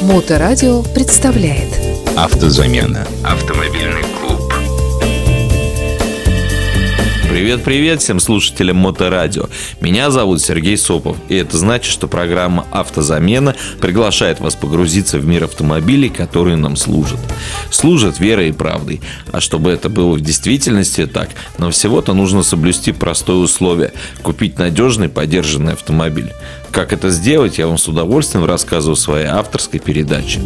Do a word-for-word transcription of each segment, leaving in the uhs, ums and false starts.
Моторадио представляет Автозамена. Автомобильный клуб. Привет-привет всем слушателям Моторадио. Меня зовут Сергей Сопов, и это значит, что программа «Автозамена» приглашает вас погрузиться в мир автомобилей, которые нам служат. Служат верой и правдой. А чтобы это было в действительности так, нам всего-то нужно соблюсти простое условие – купить надежный, подержанный автомобиль. Как это сделать, я вам с удовольствием рассказываю в своей авторской передаче.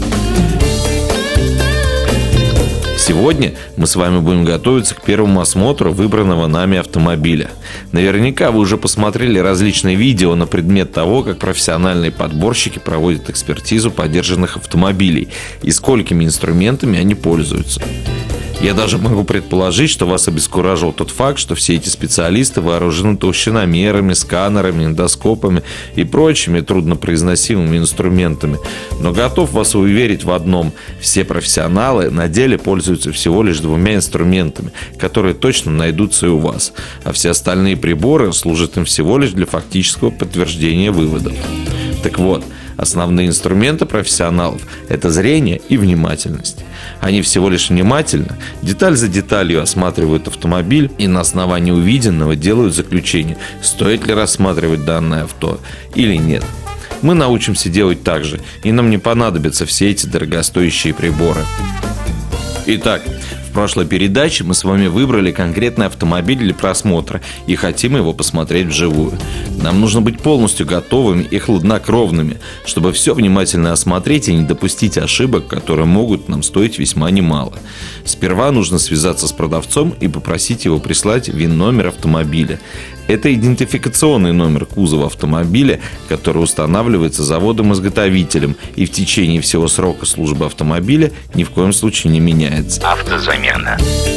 Сегодня мы с вами будем готовиться к первому осмотру выбранного нами автомобиля. Наверняка вы уже посмотрели различные видео на предмет того, как профессиональные подборщики проводят экспертизу подержанных автомобилей и сколькими инструментами они пользуются. Я даже могу предположить, что вас обескуражил тот факт, что все эти специалисты вооружены толщиномерами, сканерами, эндоскопами и прочими труднопроизносимыми инструментами. Но готов вас уверить в одном – все профессионалы на деле пользуются всего лишь двумя инструментами, которые точно найдутся и у вас, а все остальные приборы служат им всего лишь для фактического подтверждения выводов. Так вот, основные инструменты профессионалов – это зрение и внимательность. Они всего лишь внимательно, деталь за деталью осматривают автомобиль и на основании увиденного делают заключение, стоит ли рассматривать данное авто или нет. Мы научимся делать так же, и нам не понадобятся все эти дорогостоящие приборы. Итак, в прошлой передаче мы с вами выбрали конкретный автомобиль для просмотра и хотим его посмотреть вживую. Нам нужно быть полностью готовыми и хладнокровными, чтобы все внимательно осмотреть и не допустить ошибок, которые могут нам стоить весьма немало. Сперва нужно связаться с продавцом и попросить его прислать ВИН-номер автомобиля. Это идентификационный номер кузова автомобиля, который устанавливается заводом-изготовителем и в течение всего срока службы автомобиля ни в коем случае не меняется. Автозамена.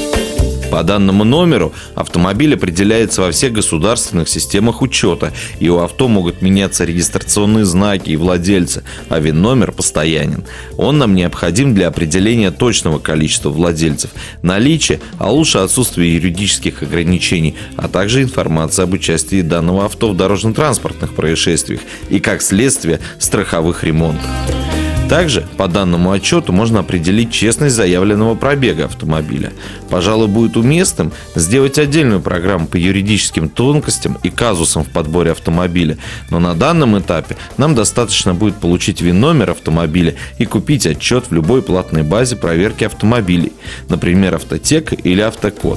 По данному номеру автомобиль определяется во всех государственных системах учета, и у авто могут меняться регистрационные знаки и владельцы, а ВИН-номер постоянен. Он нам необходим для определения точного количества владельцев, наличия, а лучше отсутствия юридических ограничений, а также информация об участии данного авто в дорожно-транспортных происшествиях и, как следствие, страховых ремонтах. Также по данному отчету можно определить честность заявленного пробега автомобиля. Пожалуй, будет уместным сделать отдельную программу по юридическим тонкостям и казусам в подборе автомобиля, но на данном этапе нам достаточно будет получить ВИН-номер автомобиля и купить отчет в любой платной базе проверки автомобилей, например, Автотека или Автокод.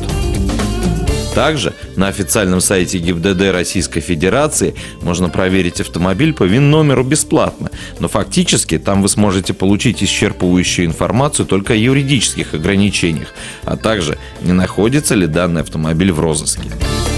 Также на официальном сайте ГИБДД Российской Федерации можно проверить автомобиль по ВИН-номеру бесплатно, но фактически там вы сможете получить исчерпывающую информацию только о юридических ограничениях, а также не находится ли данный автомобиль в розыске.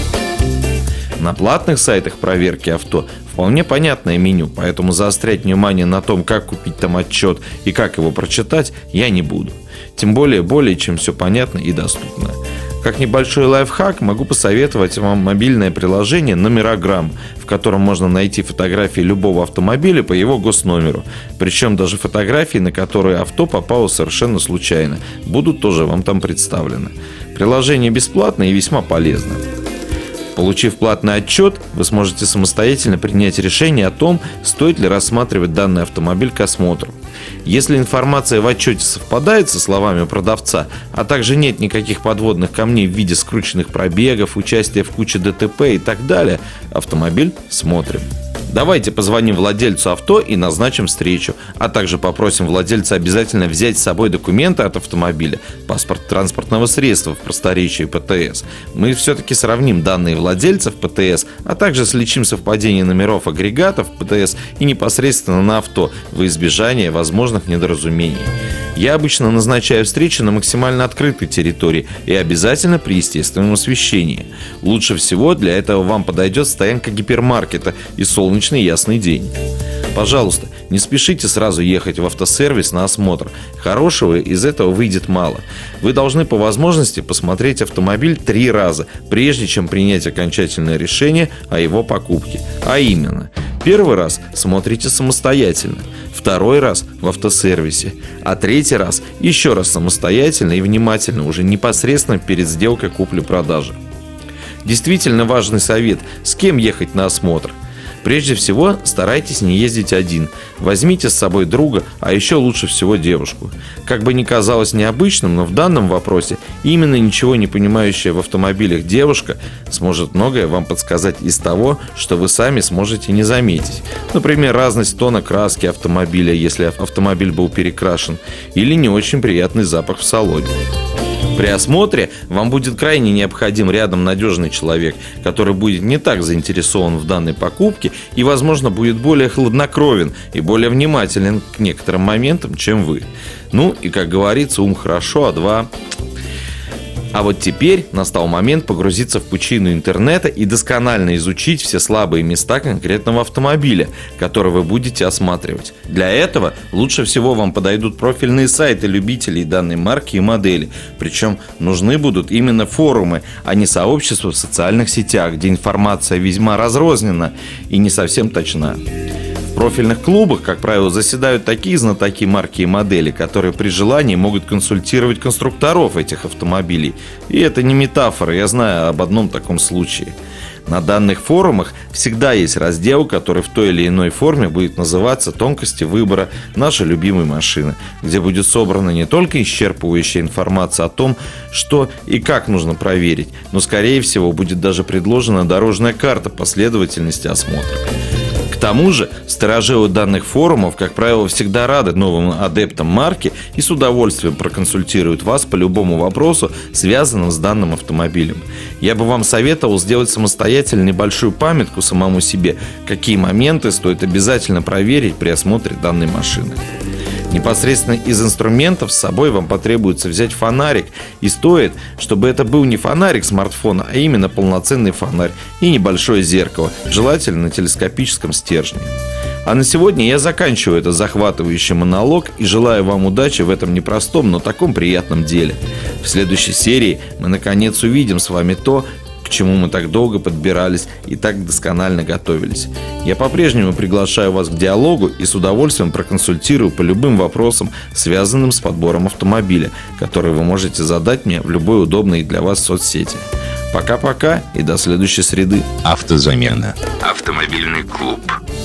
На платных сайтах проверки авто вполне понятное меню, поэтому заострять внимание на том, как купить там отчет и как его прочитать, я не буду. Тем более, более чем все понятно и доступно. Как небольшой лайфхак могу посоветовать вам мобильное приложение «Номерограмм», в котором можно найти фотографии любого автомобиля по его госномеру. Причем даже фотографии, на которые авто попало совершенно случайно, будут тоже вам там представлены. Приложение бесплатное и весьма полезно. Получив платный отчет, вы сможете самостоятельно принять решение о том, стоит ли рассматривать данный автомобиль к осмотру. Если информация в отчете совпадает со словами продавца, а также нет никаких подводных камней в виде скрученных пробегов, участия в куче ДТП и так далее, автомобиль смотрим. Давайте позвоним владельцу авто и назначим встречу, а также попросим владельца обязательно взять с собой документы от автомобиля, паспорт транспортного средства в просторечии ПТС. Мы все-таки сравним данные владельцев ПТС, а также сличим совпадение номеров агрегатов ПТС и непосредственно на авто во избежание возможных недоразумений. Я обычно назначаю встречи на максимально открытой территории и обязательно при естественном освещении. Лучше всего для этого вам подойдет стоянка гипермаркета и солнечный ясный день. Пожалуйста, не спешите сразу ехать в автосервис на осмотр. Хорошего из этого выйдет мало. Вы должны по возможности посмотреть автомобиль три раза, прежде чем принять окончательное решение о его покупке. А именно, первый раз смотрите самостоятельно, второй раз в автосервисе, а третий раз еще раз самостоятельно и внимательно, уже непосредственно перед сделкой купли-продажи. Действительно важный совет: с кем ехать на осмотр. Прежде всего, старайтесь не ездить один. Возьмите с собой друга, а еще лучше всего девушку. Как бы ни казалось необычным, но в данном вопросе именно ничего не понимающая в автомобилях девушка сможет многое вам подсказать из того, что вы сами сможете не заметить. Например, разность тона краски автомобиля, если автомобиль был перекрашен, или не очень приятный запах в салоне. При осмотре вам будет крайне необходим рядом надежный человек, который будет не так заинтересован в данной покупке и, возможно, будет более хладнокровен и более внимателен к некоторым моментам, чем вы. Ну и, как говорится, ум хорошо, а два... А вот теперь настал момент погрузиться в пучину интернета и досконально изучить все слабые места конкретного автомобиля, который вы будете осматривать. Для этого лучше всего вам подойдут профильные сайты любителей данной марки и модели. Причем нужны будут именно форумы, а не сообщества в социальных сетях, где информация весьма разрознена и не совсем точна. В профильных клубах, как правило, заседают такие знатоки марки и модели, которые при желании могут консультировать конструкторов этих автомобилей. И это не метафора, я знаю об одном таком случае. На данных форумах всегда есть раздел, который в той или иной форме будет называться «Тонкости выбора нашей любимой машины», где будет собрана не только исчерпывающая информация о том, что и как нужно проверить, но, скорее всего, будет даже предложена дорожная карта последовательности осмотра. К тому же, старожилы данных форумов, как правило, всегда рады новым адептам марки и с удовольствием проконсультируют вас по любому вопросу, связанному с данным автомобилем. Я бы вам советовал сделать самостоятельно небольшую памятку самому себе, какие моменты стоит обязательно проверить при осмотре данной машины. Непосредственно из инструментов с собой вам потребуется взять фонарик, и стоит, чтобы это был не фонарик смартфона, а именно полноценный фонарь и небольшое зеркало, желательно на телескопическом стержне. А на сегодня я заканчиваю этот захватывающий монолог и желаю вам удачи в этом непростом, но таком приятном деле. В следующей серии мы наконец увидим с вами то, к чему мы так долго подбирались и так досконально готовились. Я по-прежнему приглашаю вас к диалогу и с удовольствием проконсультирую по любым вопросам, связанным с подбором автомобиля, которые вы можете задать мне в любой удобной для вас соцсети. Пока-пока и до следующей среды. Автозамена. Автомобильный клуб.